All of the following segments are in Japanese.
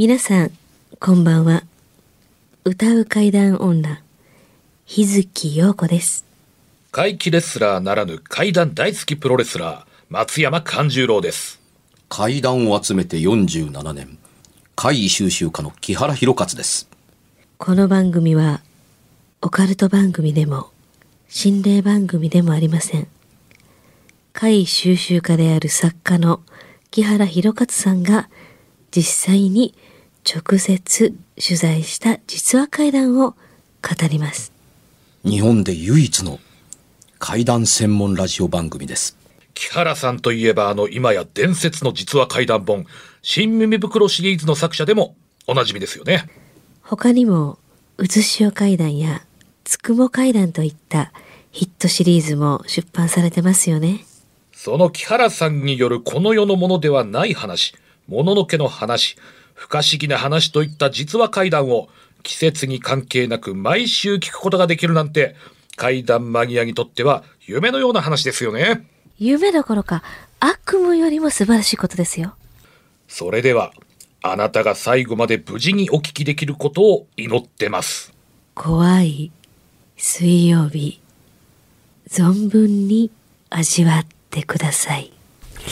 皆さんこんばんは。歌う怪談女日月陽子です。 怪奇レスラーならぬ怪談大好きプロレスラー松山勘十郎です。 怪談を集めて47年怪異収集家の木原博勝です。 この番組はオカルト番組でも心霊番組でもありません。怪異収集家である作家の木原博勝さんが実際に直接取材した実話怪談を語ります。 日本で唯一の怪談専門ラジオ番組です。 木原さんといえば今や伝説の実話怪談本新耳袋シリーズの作者でもおなじみですよね。 他にもうずしお怪談やつくも怪談といったヒットシリーズも出版されてますよね。 その木原さんによるこの世のものではない話、もののけの話、不可思議な話といった実話怪談を季節に関係なく毎週聞くことができるなんて怪談マニアにとっては夢のような話ですよね。 夢どころか悪夢よりも素晴らしいことですよ。 それではあなたが最後まで無事にお聞きできることを祈ってます。 怖い水曜日、存分に味わってください。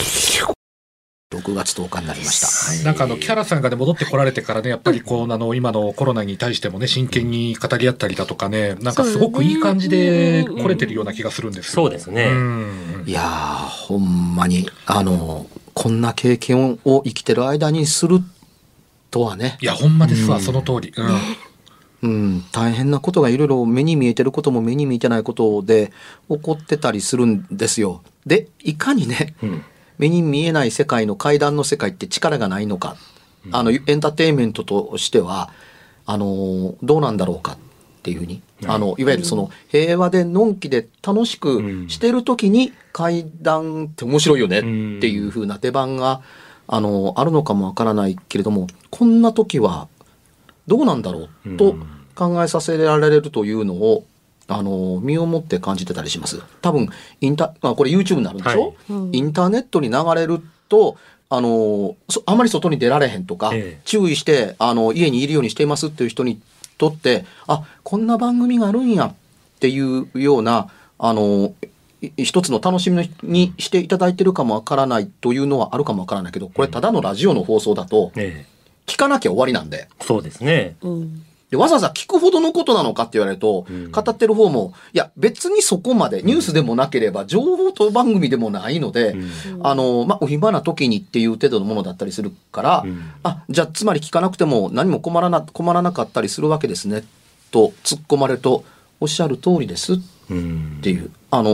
6月10日になりました。 なんか木原さんがね戻ってこられてからね、やっぱりこう今のコロナに対してもね真剣に語り合ったりだとかね、なんかすごくいい感じで来れてるような気がするんですよ。 そうですね。 いやーほんまにこんな経験を生きてる間にするとはね。 いやほんまですわ、その通り。 大変なことがいろいろ目に見えてることも目に見えてないことで起こってたりするんですよ。でいかにね、目に見えない世界の怪談の世界って力がないのか、エンターテインメントとしてはどうなんだろうかっていうふうに、いわゆるその平和でのんきで楽しくしてる時に怪談って面白いよねっていうふうな出番があるのかもわからないけれども、こんな時はどうなんだろうと考えさせられるというのを身をもって感じてたりします。多分これ YouTube になるんでしょ、インターネットに流れるとあまり外に出られへんとか、注意して家にいるようにしていますっていう人にとってこんな番組があるんやっていうような一つの楽しみにしていただいてるかもわからないというのはあるかもわからないけど、これただのラジオの放送だと聞かなきゃ終わりなんで。 そうですね。 でわざわざ聞くほどのことなのかって言われると、語ってる方もいや別にそこまでニュースでもなければ情報と番組でもないので、お暇な時にっていう程度のものだったりするから、じゃあつまり聞かなくても何も困らなかったりするわけですねと突っ込まれると、おっしゃる通りですっていう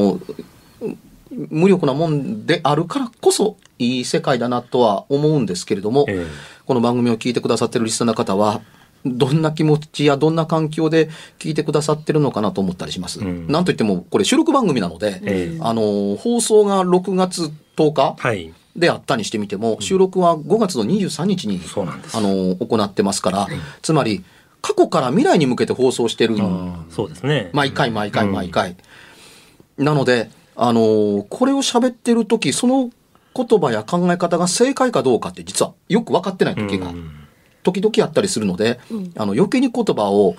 無力なもんであるからこそいい世界だなとは思うんですけれども、この番組を聞いてくださってるリスナーの方はどんな気持ちやどんな環境で聞いてくださってるのかなと思ったりします。なんといってもこれ収録番組なので、放送が6月10日であったにしてみても、収録は5月の23日に行ってますから、つまり過去から未来に向けて放送してるそうですね。 毎回なのでこれを喋ってる時、その言葉や考え方が正解かどうかって実はよく分かってない時が時々あったりするので、余計に言葉を、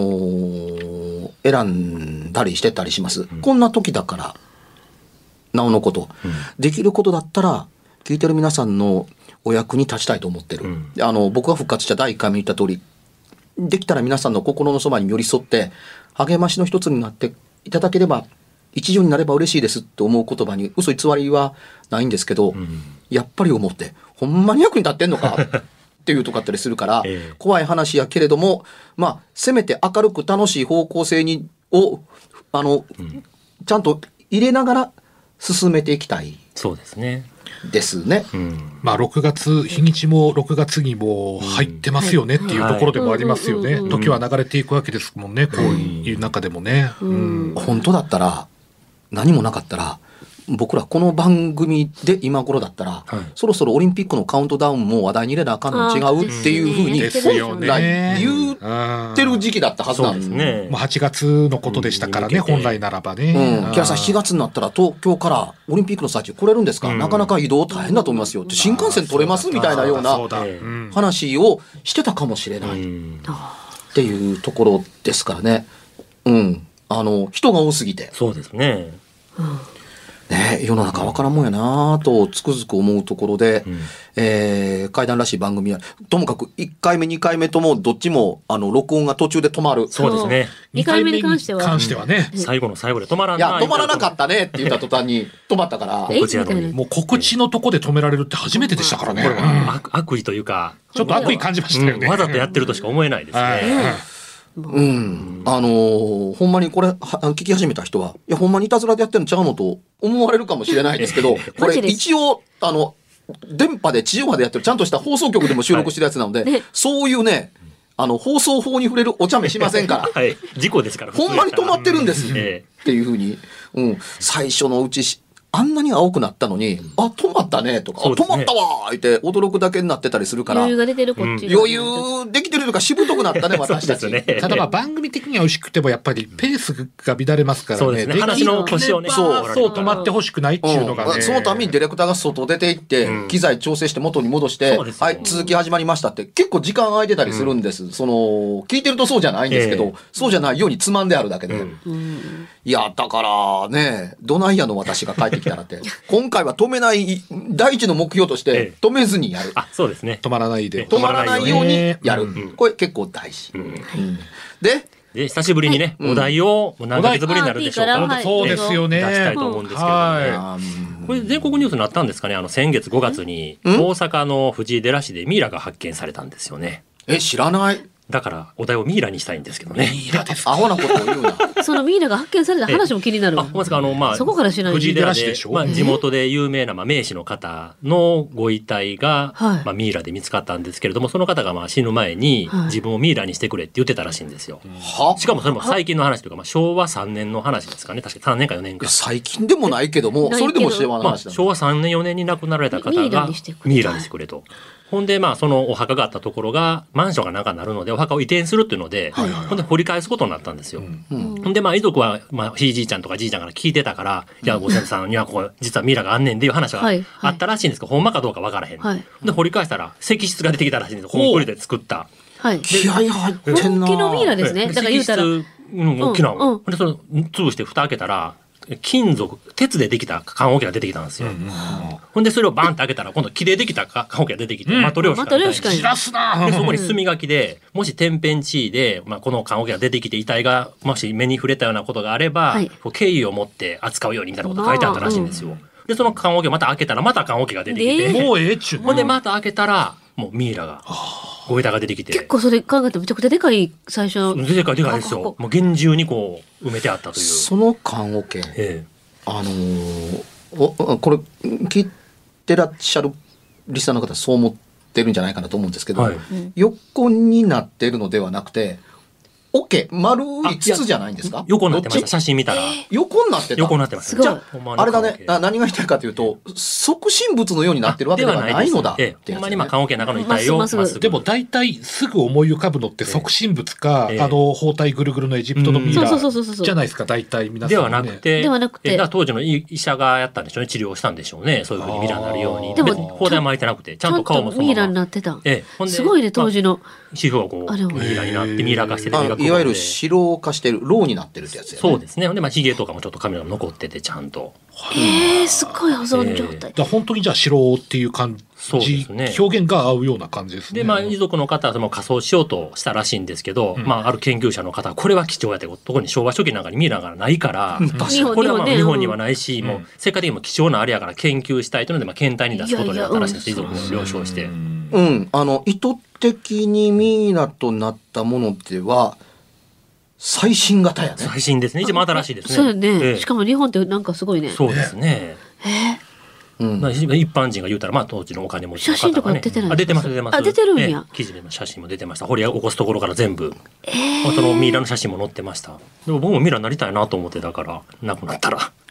選んだりしてたりします。こんな時だからなおのこと、できることだったら聞いてる皆さんのお役に立ちたいと思ってる。僕が復活した第1回目に言った通り、できたら皆さんの心のそばに寄り添って励ましの一つになっていただければ、一助になれば嬉しいですって思う言葉に嘘偽りはないんですけど、やっぱり思ってほんまに役に立ってんのかっていうとかあったりするから、怖い話やけれども、せめて明るく楽しい方向性をちゃんと入れながら進めていきたい。 そうですね。 ですね。 6月日にちも6月にも入ってますよねっていうところでもありますよね。時は流れていくわけですもんね、こういう中でもね。 本当だったら何もなかったら僕らこの番組で今頃だったら、 はいそろそろオリンピックのカウントダウンも話題に入れなあかんの違うっていうふうにですよね。 言ってる時期だったはずそうなんですね。 もう8月のことでしたからね、 うん本来ならばね。 木原さん7月になったら東京からオリンピックの最中来れるんですか、なかなか移動大変だと思いますよって新幹線取れますみたいなようなそうだええうん話をしてたかもしれないっうんていうところですからね。人が多すぎてそうですね。 ね、世の中わからんもんやなとつくづく思うところで、 ん怪談らしい番組はともかく1回目2回目ともどっちも録音が途中で止まる。 そうですね。 2回目に関してはね、 最後の最後で止まらない。 いや止まらなかったねって言った途端に止まったから告知やのに。 もう告知のとこで止められるって初めてでしたからね。 これは悪意というか、 ちょっと悪意感じましたよね。 わざとやってるとしか思えないですはいね。 ほんまにこれ聞き始めた人はいやほんまにいたずらでやってるのちゃうのと思われるかもしれないですけどこれ一応電波で地上波でやってるちゃんとした放送局でも収録してるやつなので、 ねそういうね放送法に触れるお茶目しませんからはい。事故ですから。 ほんまに止まってるんですっえていうふうに、最初のうちあんなに青くなったのに、止まったねとか、 そうですね止まったわーって驚くだけになってたりするから、 余裕が出てるこっちが余裕できてるというかしぶとくなったね、私たち。 そうですねただまあ番組的には美味しくてもやっぱりペースが乱れますからね。 そうですね。話の腰をね。 そうそう止まってほしくないっていうのがね。 そのためにディレクターが外出て行って、機材調整して元に戻して、 そうですよはい、続き始まりましたって結構時間空いてたりするんです。聞いてるとそうじゃないんですけど、そうじゃないようにつまんであるだけで。いや、だからね、どないやの私が帰ってきたらって、今回は止めない、第一の目標として止めずにやる。 あ、そうですね。 止まらないで。 止まらないようにやる。 うんこれ結構大事。で、 で、久しぶりにね、お題を何ヶ月ぶりになるでしょうか。 はいそうですよね。 出したいと思うんですけどね。 はこれ全国ニュースになったんですかね。先月5月に大阪の藤井寺市でミイラが発見されたんですよね。 知らない。 だからお題をミイラにしたいんですけどね。 アホなことを言うな。 そのミイラが発見された話も気になる。 あ、まさかそこから知らない。 藤井寺で藤井寺市でしょ地元で有名な名士の方のご遺体がはいミイラで見つかったんですけれども、その方が死ぬ前にはい自分をミイラにしてくれって言ってたらしいんですよ。 はしかもそれも最近の話というか、昭和3年の話ですかね。確か3年か4年か。 最近でもないけども、 ないけどそれでも知らない話だ。 昭和3年4年に亡くなられた方ミイラがにしてくれミイラにしてくれと。ほんでそのお墓があったところがマンションがなんかなるのでお墓を移転するっていうので、ほんで掘り返すことになったんですよ。ほんで遺族はひいじいちゃんとかじいちゃんから聞いてたから、いやご先祖さんにはここ実はミイラがあんねんっていう話ははいあったらしいんですけど、ほんまかどうかわからへん。 はいで掘り返したら石室が出てきたらしいんですよ。コンクリで作った。 はい。 気合入ってんな。 本気のミイラですね。だから言うたら。 石室大きなうんうんでそれ潰して蓋開けたら金属鉄でできた棺桶が出てきたんですよ。ほんでそれをバンって開けたら今度木でできた棺桶が出てきて、マトリョーシカみたいにマトリョーシカにい。じらすな。 でそこに墨書きでもし天変地異で、この棺桶が出てきて遺体がもし目に触れたようなことがあれば、 はいこう敬意を持って扱うようにみたいなことが書いてあったらしいんですよ。でその棺桶をまた開けたらまた棺桶が出てきて、 でもうええっちゅうね。 ほんでまた開けたらもうミイラがご遺体が出てきて結構それ考えてめちゃくちゃでかい最初。 でかいでかいですよ。もう厳重にこう埋めてあったという。 その棺桶、 えこれ聞いてらっしゃるリスナーの方はそう思ってるんじゃないかなと思うんですけど、 はい横になっているのではなくて桶丸い筒じゃないんですか？ 横になってました。 どっち写真見たら横になってた。 横になってました。 すごいじゃほんまのあれだね、 棺桶何が言いたいかというと即身仏のようになってるわけではないのだってですほんまにやつね。 棺桶の中の遺体をまっすぐまっすぐでも大体すぐ思い浮かぶのって即身仏か、 ええ包帯ぐるぐるのエジプトのミイラそうそうそうそうそうじゃないですか、大体皆さん、ね。 ではなくて、 ではなくてだから当時の医者がやったんでしょうね、治療をしたんでしょうね、そういうふうにミイラになるように。 でも別に包帯は巻いてなくて、ちゃんと顔もそのミイラにまま。 なってた。 ほんですごいね、当時の。 皮膚がこあれもうミイラになってミイラ化してて磨くことでいわゆる白化してるローになってるってやつやね。 そうですね。ほんでヒゲとかもちょっとカメラが残っててちゃんと。 すごい保存状態。 だから本当にじゃあ白っていう感そうでじ、 すね表現が合うような感じですね。 で遺族の方はその仮装しようとしたらしいんですけど、ある研究者の方はこれは貴重やって、特に昭和初期なんかにミイラがないから、 日本これはね日本にはないし、もう世界的にも貴重なあれやから研究したいというので検体に出すことになったらしいんです、遺族も了承して。 意図的にミイラとなったものでは最新型やね。 最新ですね。一番新しいですね。 そうよね。 ええしかも日本ってなんかすごいね。 そうですね。 うん一般人が言うたら当時のお金持ちの方がね。 写真とか出てないあ出てます出てます。 あ出てるんや記事でも写真も出てました。掘り起こすところから全部。そのミイラの写真も載ってました。でも僕もミイラになりたいなと思ってだから亡くなったら。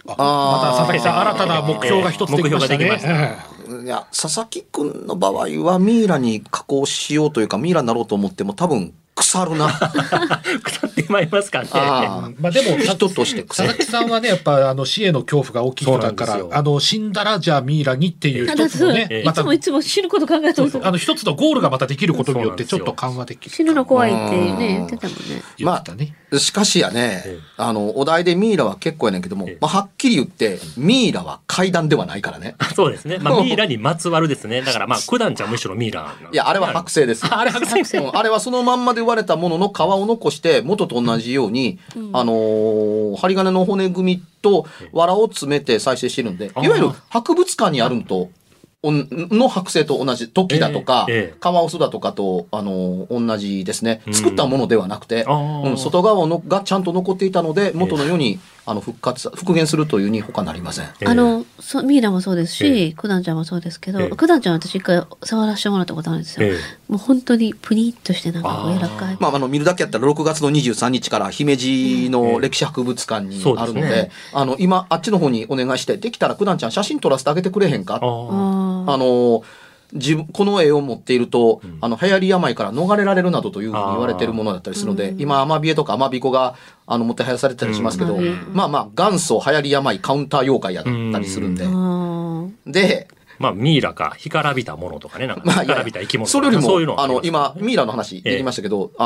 また佐々木さん新たな目標が一つできました目標ができましたね。 いや佐々木くんの場合はミイラに加工しようというかミイラになろうと思っても多分腐るな。 腐ってまいりますかね。 あまあでも人として腐る。 佐々木さんはねやっぱ死への恐怖が大きい人だかそうなんですよら死んだらじゃあミイラにっていうただ一つのねいまたつもいつも死ぬこと考えてますもん。 一つのゴールがまたできることによってちょっと緩和できる。 死ぬの怖いってね言ってたもんね。 言ってたね。 しかしやね、お題でミイラは結構やねんけども、はっきり言ってミイラは怪談ではないからね。 そうですね。まあミイラにまつわるですね。だからまあ九段ちゃんむしろミイラなんですね。 いやあれは剥製ですよ。 あれ剥製。 あれはそのまんまで割れたものの皮を残して元と同じように、針金の骨組みと藁を詰めて再生してるんで、いわゆる博物館にあるのとの剥製と同じトキだとか、カワウソだとかと同じですね。作ったものではなくて、外側のがちゃんと残っていたので元のように復元するというに他なりません。 ミイラもそうですし、九段ちゃんもそうですけど、九段ちゃんは私一回触らせてもらったことあるんですよ。もう本当にプニッとしてなんか柔らかい。 まあ見るだけやったら6月の23日から姫路の歴史博物館にあるので、今あっちの方にお願いしてできたら九段ちゃん写真撮らせてあげてくれへんか。この絵を持っていると、流行り病から逃れられるなどというふうに言われているものだったりするので、今アマビエとかアマビコがもてはやされてたりしますけど、まあ元祖流行り病カウンター妖怪やったりするんで、でまあミイラか干からびたものとかね、なんか干からびた生き物とか、 それよりそういうのも今ミイラの話できましたけど、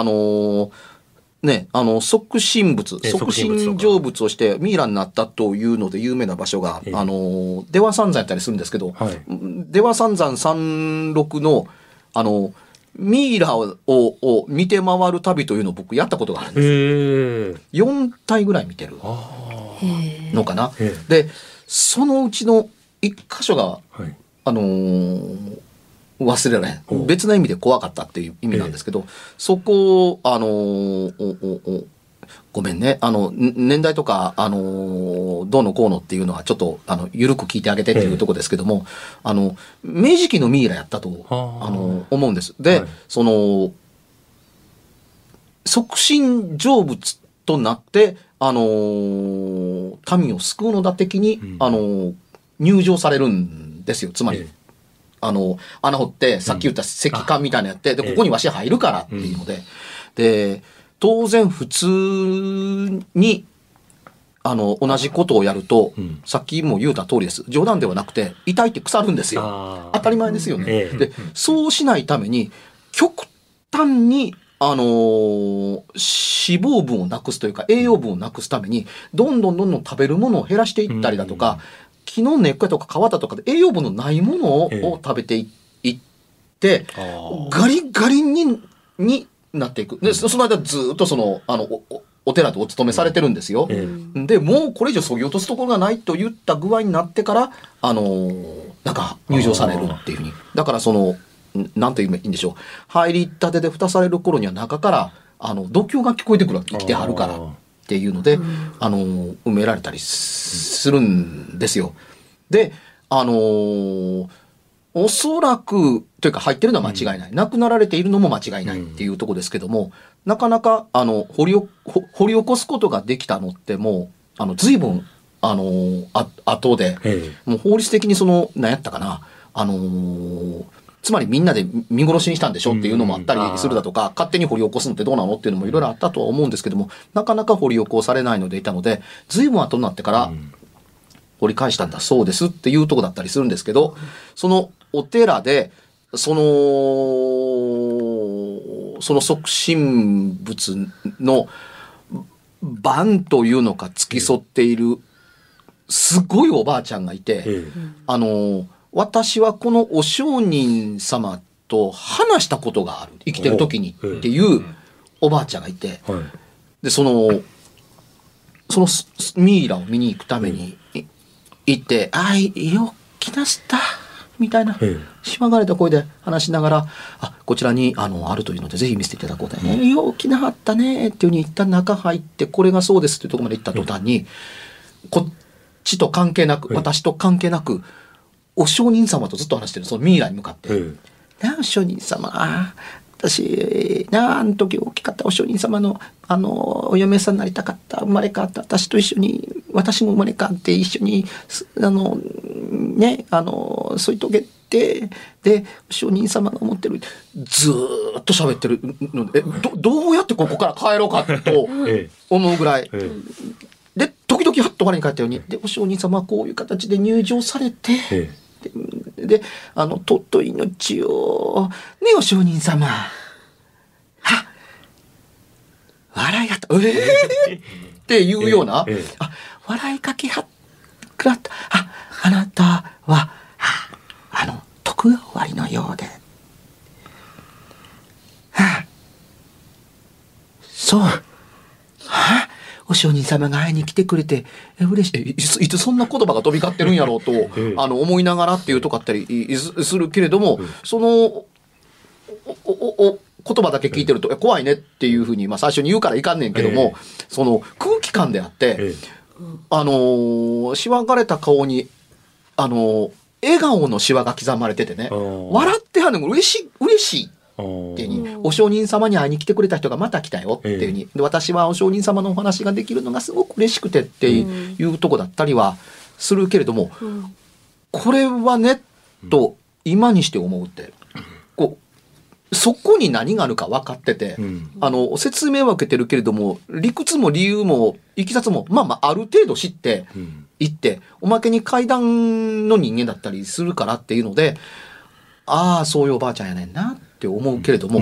即身仏、即身成仏をしてミイラになったというので有名な場所が、出羽三山やったりするんですけど、出羽三山山麓の、ミイラを見て回る旅というのを僕やったことがあるんです。4体ぐらい見てるのかな。で、そのうちの1箇所が、忘れられへん。別な意味で怖かったっていう意味なんですけど、そこを、ごめんね、年代とか、どうのこうのっていうのはちょっと、緩く聞いてあげてっていうところですけども、明治期のミイラやったと、思うんです。で、即身成仏となって、民を救うのだ的に、入場されるんですよ。つまり、穴掘って、さっき言った石棺みたいなのやって、で、ここにわし入るからっていうので、で、当然普通に、同じことをやると、さっきも言うた通りです。冗談ではなくて、痛いって腐るんですよ。当たり前ですよね。で、そうしないために、極端に、脂肪分をなくすというか、栄養分をなくすために、どんどん食べるものを減らしていったりだとか、木の根っことか皮だとかで栄養分のないものを食べていって、ガリガリになっていく。で、その間ずっとお寺でお勤めされてるんですよ。で、もうこれ以上削ぎ落とすところがないといった具合になってから、なんか入場されるっていうふうに。だからなんて言えばいいんでしょう。入りたてで蓋される頃には中から、読経が聞こえてくる。生きてはるから。っていうので、埋められたりするんですよ。で、おそらく、というか入ってるのは間違いない。亡くなられているのも間違いないっていうところですけども、なかなか、掘り起こすことができたのってもう、随分、後で、もう法律的に何やったかな、つまりみんなで見殺しにしたんでしょっていうのもあったりするだとか、勝手に掘り起こすのってどうなのっていうのもいろいろあったとは思うんですけども、なかなか掘り起こされないのでいたので、随分後になってから掘り返したんだそうですっていうとこだったりするんですけど、そのお寺で、その即身仏の番というのか付き添っているすごいおばあちゃんがいて、私はこのお上人様と話したことがある。生きてる時にっていうおばあちゃんがいて、で、そのミイラを見に行くために行って、よきなしたみたいな、しまがれた声で話しながら、こちらにあるというのでぜひ見せていただこうと。よきなはったねっていうふうに一旦中入って、これがそうですというところまで行った途端に、こっちと関係なく、私と関係なく、お上人様とずっと話してる、そのミイラに向かって。お上人様、 私なあの時大きかったお上人様のお嫁さんになりたかった、生まれ変わった私と一緒に、私も生まれ変わって一緒に添い遂げて、でお上人様が思ってる、ずーっと喋ってるので、どうやってここから帰ろうかと思うぐらい、で時々はっと我に返ったように、でお上人様はこういう形で入場されて、で尊い命をねお上人様、は笑いがっていうような、笑いかけはっくらった、あなたは徳が終わりのようで、そう、お上人様が会いに来てくれて嬉しい、いつそんな言葉が飛び交ってるんやろうと思いながらっていうとこあったりするけれども、その言葉だけ聞いてると怖いねっていうふうに、最初に言うからいかんねんけども、その空気感であって、しわがれた顔に笑顔のしわが刻まれててね、笑ってはんのも嬉しいっていうに、お上人様に会いに来てくれた人がまた来たよっていうに、で私はお上人様のお話ができるのがすごく嬉しくてっていうとこだったりはするけれども、これはねと今にして思うって、そこに何があるか分かってて、説明は受けてるけれども、理屈も理由もいきさつもある程度知っていって、おまけに怪談の人間だったりするからっていうので、そういうおばあちゃんやねんなって思うけれども、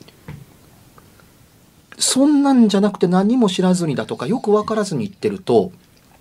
そんなんじゃなくて何も知らずにだとかよく分からずに言ってると、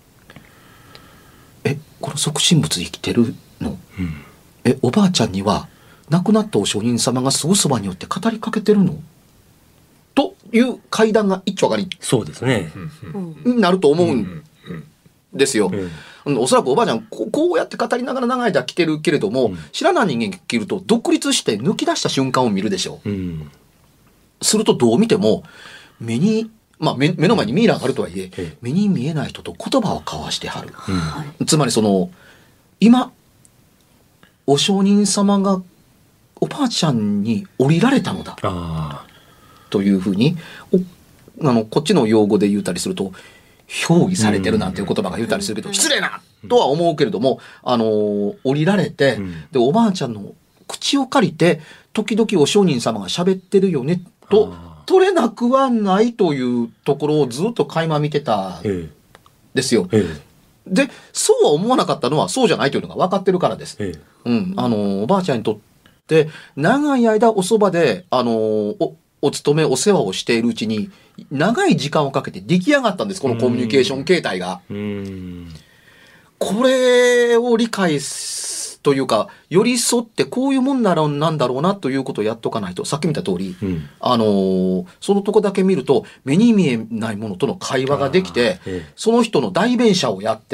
この即身仏生きてるの、おばあちゃんには亡くなったお上人様がすぐそばによって語りかけてるのという怪談が一丁上がり、 そうですね、 になると思うんですよ。おそらくおばあちゃんこうやって語りながら長い間来てるけれども、知らない人間が聞ると独立して抜き出した瞬間を見るでしょう。するとどう見ても目の前にミイラがあるとはいえ、目に見えない人と言葉を交わしてはる、つまり今お上人様がおばあちゃんに降りられたのだというふうにこっちの用語で言うたりすると評議されてるなんていう言葉が言うたりするけど、失礼なとは思うけれども、降りられて、でおばあちゃんの口を借りて時々お上人様が喋ってるよねと取れなくはないというところをずっと垣間見てたんですよ。でそうは思わなかったのはそうじゃないというのが分かってるからです。おばあちゃんにとって長い間おそばでお勤めお世話をしているうちに長い時間をかけて出来上がったんです、このコミュニケーション形態が。これを理解というか寄り添ってこういうもんなんだろうなということをやっとかないと、さっき見た通り、そのとこだけ見ると目に見えないものとの会話ができて、その人の代弁者をやって、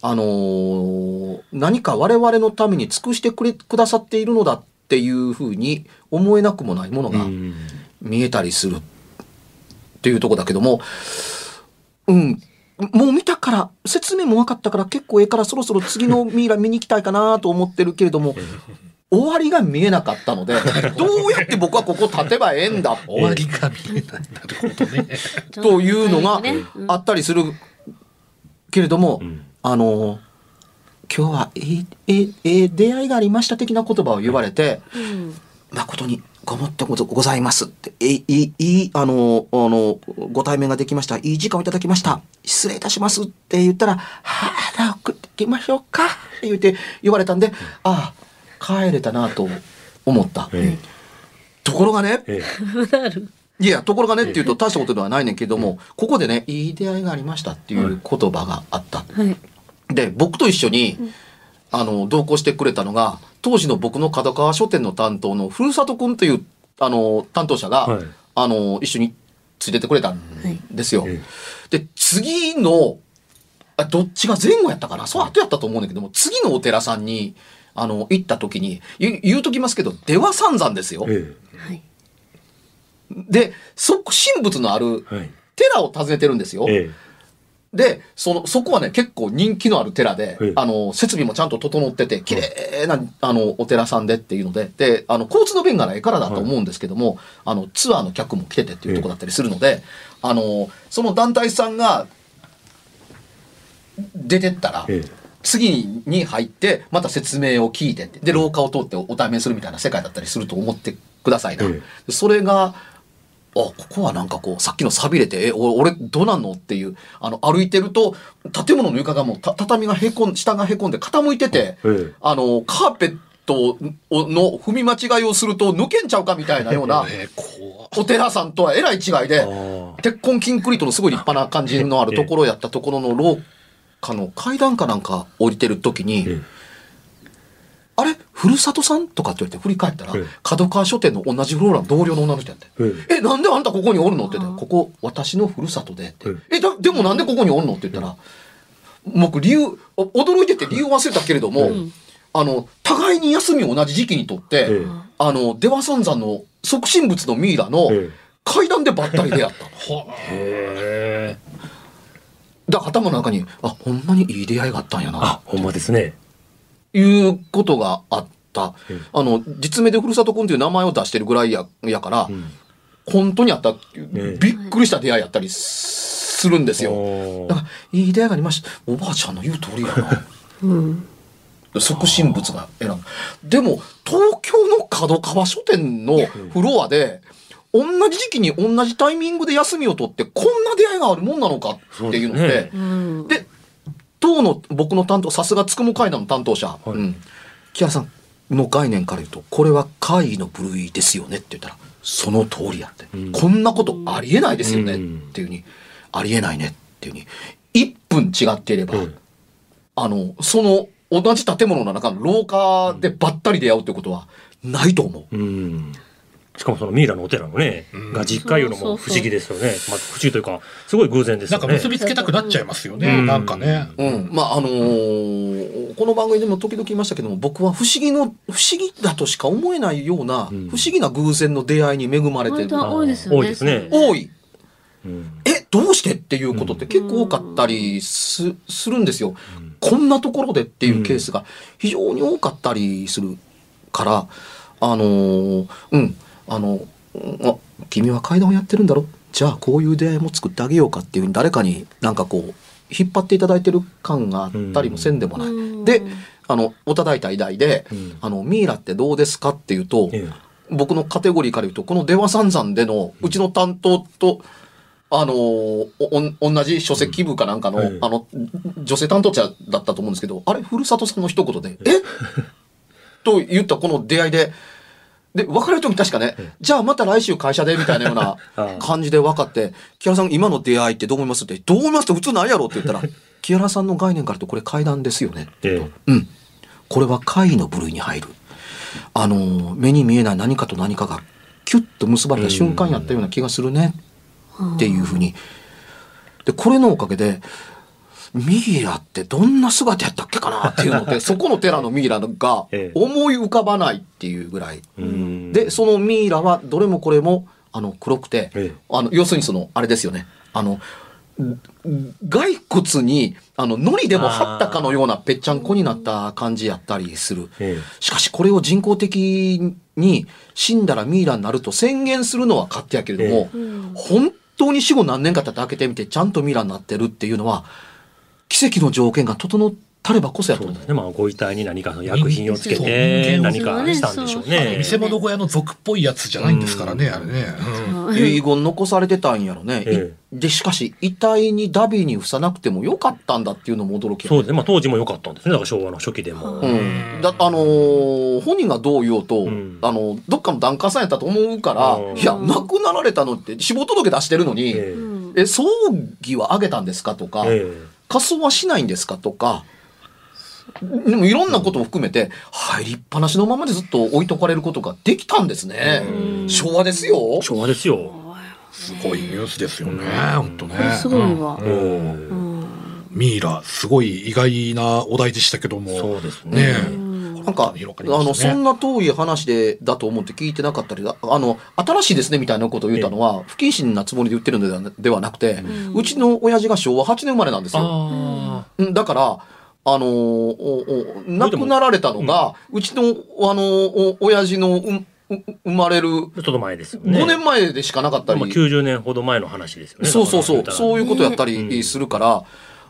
何か我々のために尽くしてくださっているのだっていうふうに思えなくもないものが見えたりするっていうとこだけども、もう見たから説明も分かったから結構からそろそろ次のミイラ見に行きたいかなと思ってるけれども終わりが見えなかったのでどうやって僕はここ立てばええんだ終わりが見えない、なるほどねというのがあったりするけれども、今日はいい出会いがありました的な言葉を言われて、誠にごもってございますってご対面ができました、いい時間をいただきました、失礼いたしますって言ったら、送ってきましょうかって言われたんで、帰れたなと思った、ところがね、ところがねっていうと大したことではないねんけども、ここでねいい出会いがありましたっていう言葉があった、で僕と一緒に同行してくれたのが当時の僕の角川書店の担当のふるさとくんという担当者が、一緒についててくれたんですよ。で次のどっちが前後やったかな、そう後やったと思うんだけども、次のお寺さんに行った時に言うときますけど出羽三山ですよ。で即身仏のある寺を訪ねてるんですよ。 で、そこはね、結構人気のある寺で、設備もちゃんと整ってて、綺麗な、お寺さんでっていうので、で、交通の便がないからだと思うんですけども、ツアーの客も来ててっていうところだったりするので、その団体さんが出てったら、次に入って、また説明を聞いてって、で、廊下を通ってお対面するみたいな世界だったりすると思ってくださいな。それが、ここはなんかこう、さっきの錆びれて、俺どうなんのっていう、歩いてると、建物の床がもう畳が下がへこんで傾いてて、カーペットの踏み間違いをすると抜けんちゃうかみたいなような、お寺さんとはえらい違いで、鉄痕キンクリートのすごい立派な感じのあるところやったところの廊下の階段かなんか降りてる時に、あれふるさとさんとかって言われて振り返ったら、角川書店の同じフローラの同僚の女の人やって、なんであんたここにおるのって言って、ここ私のふるさとでって、でもなんでここにおるのって言ったら、僕驚いてて理由忘れたけれども、互いに休みを同じ時期にとって、出羽三山の即身仏のミイラの階段でばったり出会ったの。だから頭の中に、ほんまにいい出会いがあったんやな。 ほんまですね。 いうことがあった。実名でふるさとくんっていう名前を出してるぐらいやから、本当にあった、びっくりした出会いやったりするんですよ。だから、いい出会いがありました。おばあちゃんの言う通りやな。即身仏が選んだ。でも、東京の角川書店のフロアで、同じ時期に同じタイミングで休みを取って、こんな出会いがあるもんなのかっていうので、で、当の僕の担当、さすがつくも階段の担当者、木原さんの概念から言うと、これは怪異の部類ですよねって言ったら、その通りやって、こんなことありえないですよねっていうふうに、ありえないねっていうふうに、1分違っていれば、その同じ建物の中の廊下でばったり出会うってことはないと思う。 しかもそのミイラのお寺のね、が実家いうのも不思議ですよね。不思議というか、すごい偶然ですよね。 なんか結びつけたくなっちゃいますよね。なんかね。 この番組でも時々言いましたけども、僕は不思議だとしか思えないような、不思議な偶然の出会いに恵まれてる。 多いですよね。 多いですね。 多い。どうしてっていうことって結構多かったりするんですよ。こんなところでっていうケースが非常に多かったりするから、君は階段をやってるんだろ、じゃあこういう出会いも作ってあげようかっていうふうに誰かになんかこう引っ張っていただいてる感があったりもせんでもない。で、おただいた依頼で、ミイラってどうですかっていうと、僕のカテゴリーから言うと、この出羽三山でのうちの担当と同じ書籍部かなんかの、女性担当者だったと思うんですけど、あれふるさとさんの一言でと言ったこの出会いで、別れる時確かね、じゃあまた来週会社でみたいなような感じで分かって、木原さん今の出会いってどう思いますって、どう思いますって普通ないやろって言ったら、木原さんの概念からとこれ怪談ですよねって言うと、これは怪異の部類に入る。目に見えない何かと何かがキュッと結ばれた瞬間やったような気がするねっていうふうに。で、これのおかげで、ミイラってどんな姿やったっけかなっていうので、そこの寺のミイラが思い浮かばないっていうぐらい。で、そのミイラはどれもこれも黒くて、要するにあれですよね。骸骨に糊でも貼ったかのようなぺっちゃんこになった感じやったりする。しかしこれを人工的に死んだらミイラになると宣言するのは勝手やけれども、本当に死後何年か経って開けてみてちゃんとミイラになってるっていうのは、奇跡の条件が整ったればこそやと思うんですね。 ご遺体に何かの薬品をつけて何かしたんでしょうね。 見せ物小屋の族っぽいやつじゃないんですからね、あれね。 遺言残されてたんやろね。で、しかし遺体にダビーに付さなくてもよかったんだっていうのも驚き。 そうですね。当時もよかったんですね。だから昭和の初期でも。 本人がどう言おうと、どっかの檀家さんやったと思うから、いや、亡くなられたのって死亡届出してるのに、葬儀は挙げたんですかとか、火葬はしないんですかとか、でもいろんなことも含めて入りっぱなしのままでずっと置いとかれることができたんですね。昭和ですよ。 昭和ですよ。 すごいニュースですよね。本当ね。 すごいわ。 ミイラすごい意外なお題でしたけども。 そうですね。 なんか広がりましたね。 そんな遠い話でだと思って聞いてなかったり新しいですねみたいなことを言ったのは不謹慎なつもりで言ってるのではなくて、うちの親父が昭和8年生まれなんですよ。だから亡くなられたのが、うちの親父の生まれるちょっと前ですよね。 5年前でしかなかったり、 90年ほど前の話ですよね。 そういうことやったりするから、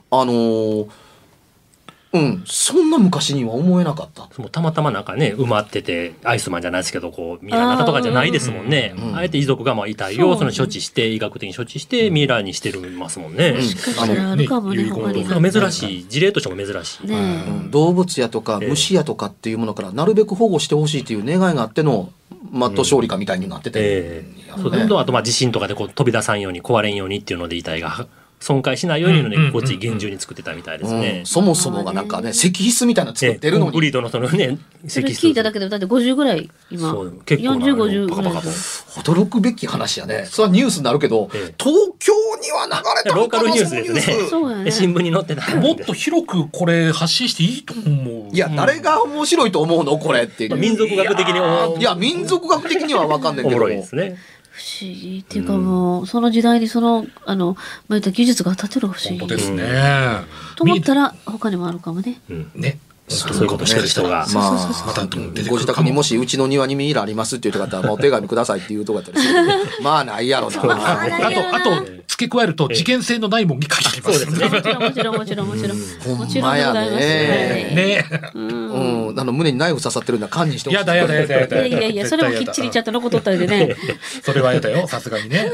そんな昔には思えなかった。 たまたまなんかね埋まっててアイスマンじゃないですけどこうミイラになったとかじゃないですもんね。あえて遺族が遺体を処置して医学的に処置してミイラにしてるますもんね。 あるかもね、他に珍しい事例としても珍しい。 動物やとか虫やとかっていうものからなるべく保護してほしいという願いがあってのマット勝利かみたいになってて、 あと地震とかでこう飛び出さんように壊れんようにっていうので遺体が損壊しないようにね、こっち厳重に作ってたみたいですね。 そもそもがなんかね、石碑みたいなの作ってるのに。 コンクリートのそのね、 それ聞いただけでだって50ぐらい今。 結構 40、50ぐらい。 驚くべき話やね。それはニュースになるけど、東京には流れたローカルニュースですね。 そうやね。 新聞に載ってた。 もっと広くこれ発信していいと思う。 いや、誰が面白いと思うのこれっていう。 民族学的にいや、民族学的には分かんないけど。 おもろいですね。 不思議っていうかもう、その時代に言った技術が立てる不思議。 本当ですね。 と思ったら他にもあるかもね。 ね。 そういうことしてる人が。 またご自宅にもしうちの庭にミイラありますっていう方はお手紙くださいっていうとこやったりする。まあないやろな。 あと付け加えると事件性のないもんに限ります。 もちろん。もちろんほんでまございやますね。胸にナイフ刺さってるんだ堪忍してほしい。 いやそれもきっちりちゃんと残っとったりでね。 それはやだよさすがにね。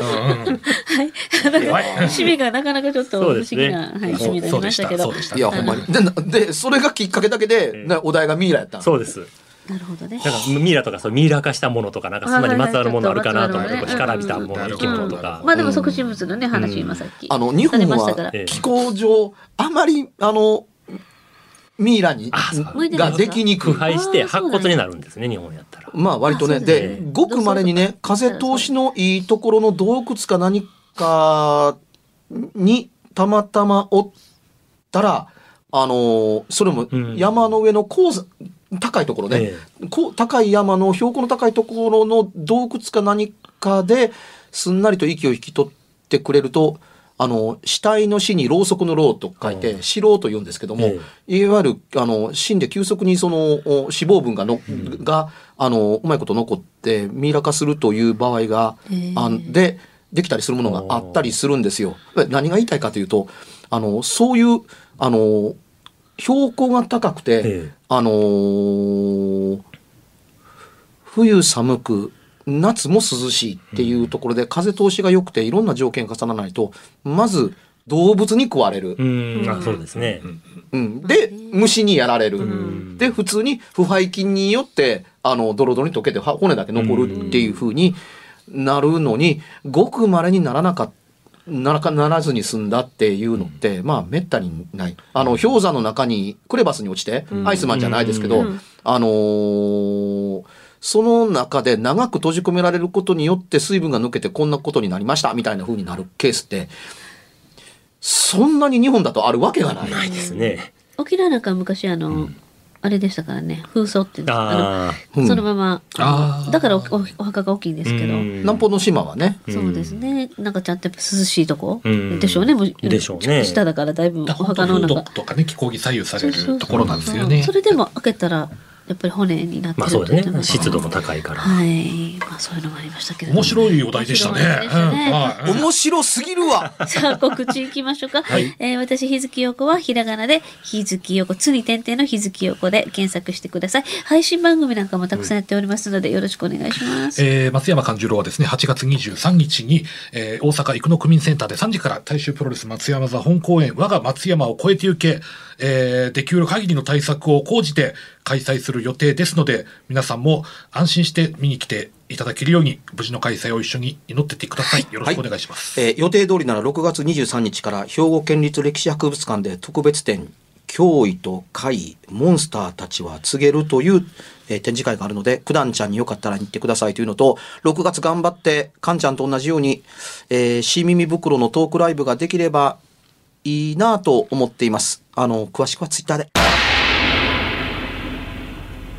締めがなかなかちょっと不思議な締めになりましたけど。 いやほんまに。でそれがきっかけだけでお題がミイラやった。 そうです。 なるほどね。 なんかミイラとかミイラ化したものとかなんかそんなにまつわるものあるかなと思って干からびたもの生き物とか。 まあでも即身仏のね話今さっき。 日本は気候上あまりミイラができにくい。 腐敗して白骨になるんですね日本やったら。 まあ割とね。でごくまれにね風通しのいいところの洞窟か何かにたまたまおったらそれも山の上の高いところで、高い山の標高の高いところの洞窟か何かですんなりと息を引き取ってくれると死体の死にろうそくのろうと書いて死ろうと言うんですけども、いわゆる死んで急速にその脂肪分がうまいこと残ってミイラ化するという場合ができたりするものがあったりするんですよ。何が言いたいかというとそういう標高が高くて、冬寒く夏も涼しいっていうところで風通しが良くていろんな条件重ならないとまず動物に食われる。 そうですね。 で虫にやられる。で普通に腐敗菌によってドロドロに溶けて骨だけ残るっていう風になるのにごく稀にならずに済んだっていうのってまあめったにない。氷山の中にクレバスに落ちてアイスマンじゃないですけど、その中で長く閉じ込められることによって水分が抜けてこんなことになりましたみたいな風になるケースってそんなに日本だとあるわけがない。 ないですね。 沖縄なんか昔あれでしたからね風葬ってそのままだからお墓が大きいんですけど南方の島はねそうですねなんかちゃんとやっぱ涼しいとこでしょうねでしょうね下だからだいぶお墓の中とかね気候に左右されるところなんですよね。 それでも開けたらやっぱり骨になってるそうですね湿度も高いからそういうのもありましたけど面白いお題でしたね。 面白すぎるわ。 さあ告知いきましょうか。私日月陽子はひらがなで日月陽子つに点々の日月陽子で検索してください。配信番組なんかもたくさんやっておりますのでよろしくお願いします。 松山勘十郎はですね8月23日に、大阪生野区民センターで3時から大衆プロレス松山座本公演我が松山を超えてゆけ、できる限りの対策を講じて開催する予定ですので皆さんも安心して見に来ていただけるように無事の開催を一緒に祈っていってください。よろしくお願いします。 予定通りなら6月23日から兵庫県立歴史博物館で特別展脅威と怪異モンスターたちは告げるという、展示会があるので九段ちゃんによかったら行ってくださいというのと6月頑張ってカンちゃんと同じように、新耳袋のトークライブができればいいなと思っています。詳しくはツイッターで。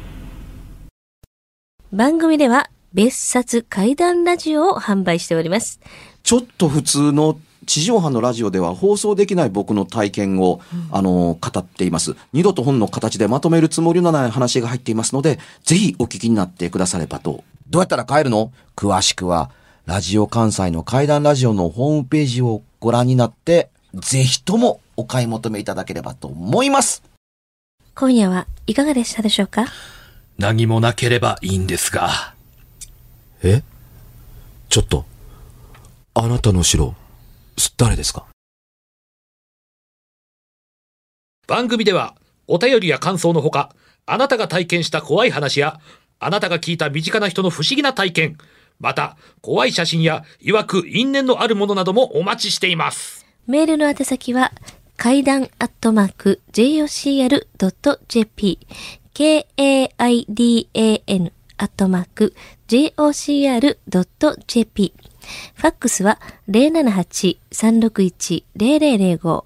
番組では別冊怪談ラジオを販売しております。 ちょっと普通の地上波のラジオでは放送できない僕の体験を、語っています。二度と本の形でまとめるつもりのない話が入っていますので、ぜひお聞きになってくださればと。どうやったら買えるの？詳しくは、ラジオ関西の怪談ラジオのホームページをご覧になって、ぜひともお買い求めいただければと思います。 今夜はいかがでしたでしょうか？ 何もなければいいんですが。 え？ちょっと、あなたの城、誰ですか？ 番組ではお便りや感想のほか、あなたが体験した怖い話やあなたが聞いた身近な人の不思議な体験、また怖い写真や曰く因縁のあるものなどもお待ちしています。 メールの宛先は怪談@jocr.jp KAIDAN@jocr.jp ファックスは 078-361-0005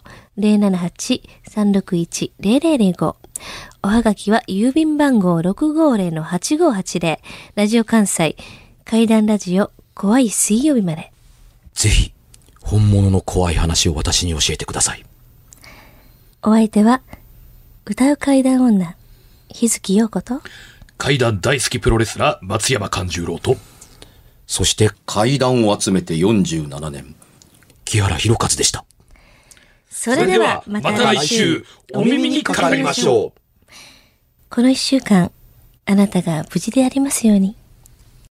078-361-0005 おはがきは郵便番号 650-8580 ラジオ関西怪談ラジオ怖い水曜日まで。 ぜひ本物の怖い話を私に教えてください。 お相手は歌う怪談女日月陽子と怪談大好きプロレスラー松山勘十郎と、 そして怪談を集めて47年木原博一でした。 それではまた来週お耳にかかりましょう。 この1週間あなたが無事でありますように。